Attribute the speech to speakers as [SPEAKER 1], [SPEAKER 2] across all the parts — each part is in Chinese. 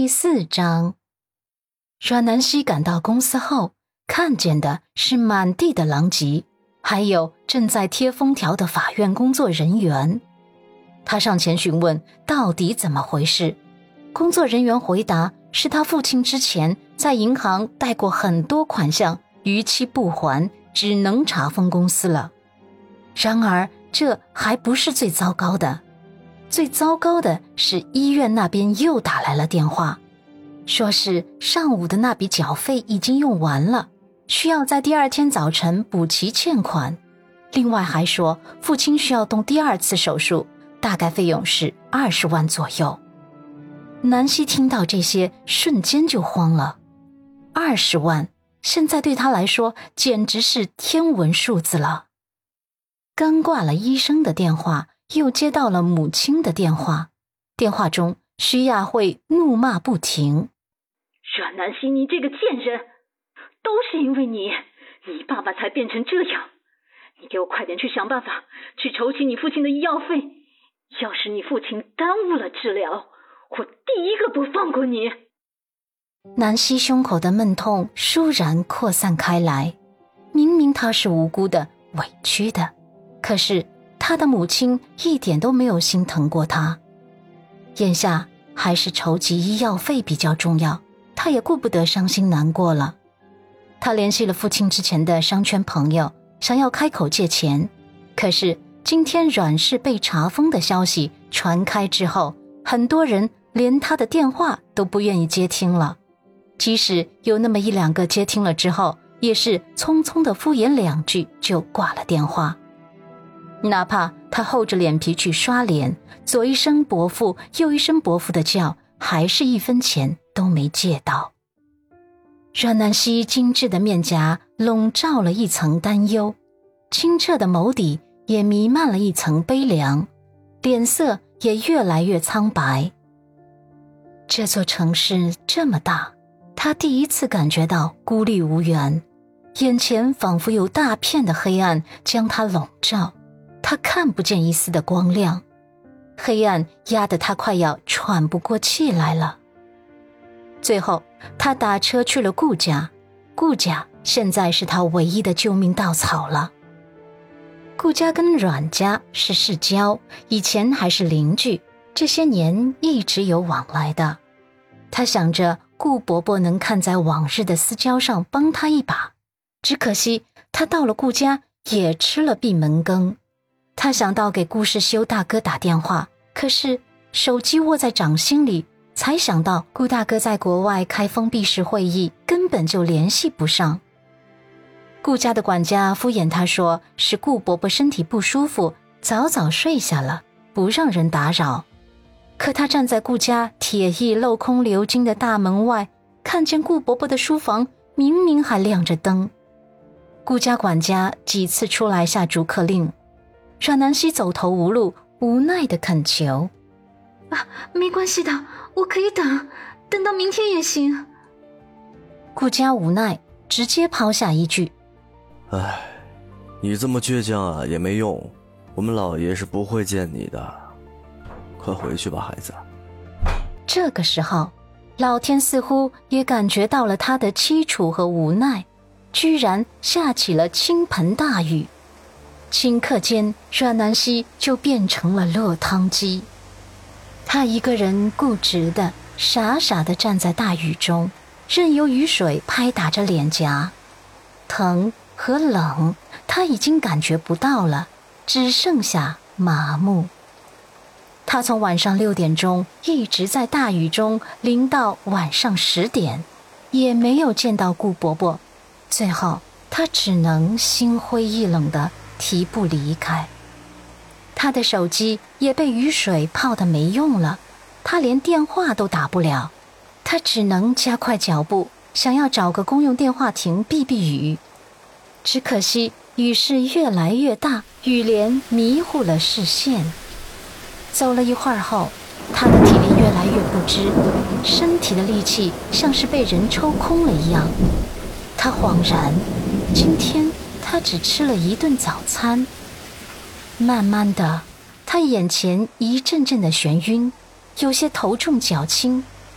[SPEAKER 1] 第4章。阮南希赶到公司后，看见的是满地的狼藉，还有正在贴封条的法院工作人员。他上前询问到底怎么回事，工作人员回答是他父亲之前在银行贷过很多款项，逾期不还，只能查封公司了。然而这还不是最糟糕的，最糟糕的是医院那边又打来了电话，说是上午的那笔缴费已经用完了，需要在第2天早晨补齐欠款。另外还说父亲需要动第2次手术，大概费用是20万左右。南希听到这些瞬间就慌了，20万现在对他来说简直是天文数字了。刚挂了医生的电话，又接到了母亲的电话，电话中徐亚慧怒骂不停。
[SPEAKER 2] 阮南希，你这个贱人，都是因为你爸爸才变成这样，你给我快点去想办法，去筹齐你父亲的医药费，要是你父亲耽误了治疗，我第一个不放过你。
[SPEAKER 1] 南希胸口的闷痛倏然扩散开来，明明她是无辜的、委屈的，可是她的母亲一点都没有心疼过她。眼下还是筹集医药费比较重要，她也顾不得伤心难过了。她联系了父亲之前的商圈朋友，想要开口借钱，可是今天阮氏被查封的消息传开之后，很多人连他的电话都不愿意接听了，即使有那么1-2个接听了之后，也是匆匆的敷衍2句就挂了电话。哪怕他厚着脸皮去刷脸，左一声伯父右一声伯父的叫，还是1分钱都没借到。阮南希精致的面颊笼罩了一层担忧，清澈的眸底也弥漫了一层悲凉，脸色也越来越苍白。这座城市这么大，他第一次感觉到孤立无援，眼前仿佛有大片的黑暗将他笼罩，他看不见一丝的光亮，黑暗压得他快要喘不过气来了。最后他打车去了顾家，顾家现在是他唯一的救命稻草了。顾家跟阮家是世交，以前还是邻居，这些年一直有往来的。他想着顾伯伯能看在往日的私交上帮他一把，只可惜他到了顾家也吃了闭门羹。他想到给顾世修大哥打电话，可是手机握在掌心里，才想到顾大哥在国外开封闭式会议，根本就联系不上。顾家的管家敷衍他说是顾伯伯身体不舒服，早早睡下了，不让人打扰。可他站在顾家铁艺镂空鎏金的大门外，看见顾伯伯的书房明明还亮着灯。顾家管家几次出来下逐客令，阮南希走投无路，无奈地恳求：
[SPEAKER 3] 没关系的，我可以等到明天也行。
[SPEAKER 1] 顾家无奈，直接抛下一句：
[SPEAKER 4] 你这么倔强啊也没用，我们老爷是不会见你的，快回去吧孩子。
[SPEAKER 1] 这个时候老天似乎也感觉到了他的凄楚和无奈，居然下起了倾盆大雨。顷刻间阮南希就变成了落汤鸡。他一个人固执的傻傻地站在大雨中，任由雨水拍打着脸颊，疼和冷他已经感觉不到了，只剩下麻木。他从晚上6点钟一直在大雨中淋到晚上10点，也没有见到顾伯伯，最后他只能心灰意冷地提步离开。他的手机也被雨水泡得没用了，他连电话都打不了，他只能加快脚步，想要找个公用电话亭避避雨。只可惜雨势越来越大，雨帘迷糊了视线。走了一会儿后，他的体力越来越不支，身体的力气像是被人抽空了一样。他恍然，今天他只吃了1顿早餐。慢慢的，他眼前一阵阵的眩晕，有些头重脚轻。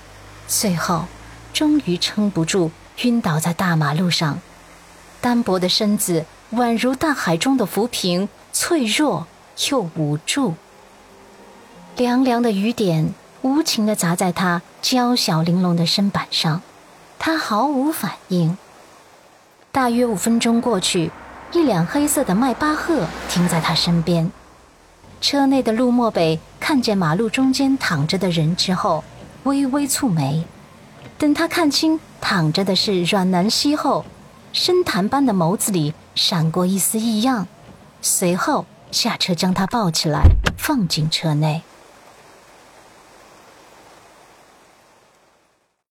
[SPEAKER 1] 最后终于撑不住，晕倒在大马路上。单薄的身子宛如大海中的浮萍，脆弱又无助。凉凉的雨点无情地砸在他娇小玲珑的身板上，他毫无反应。大约5分钟过去，一辆黑色的迈巴赫停在他身边。车内的陆漠北看见马路中间躺着的人之后，微微蹙眉。等他看清躺着的是阮南希后，深潭般的眸子里闪过一丝异样，随后下车将他抱起来放进车内。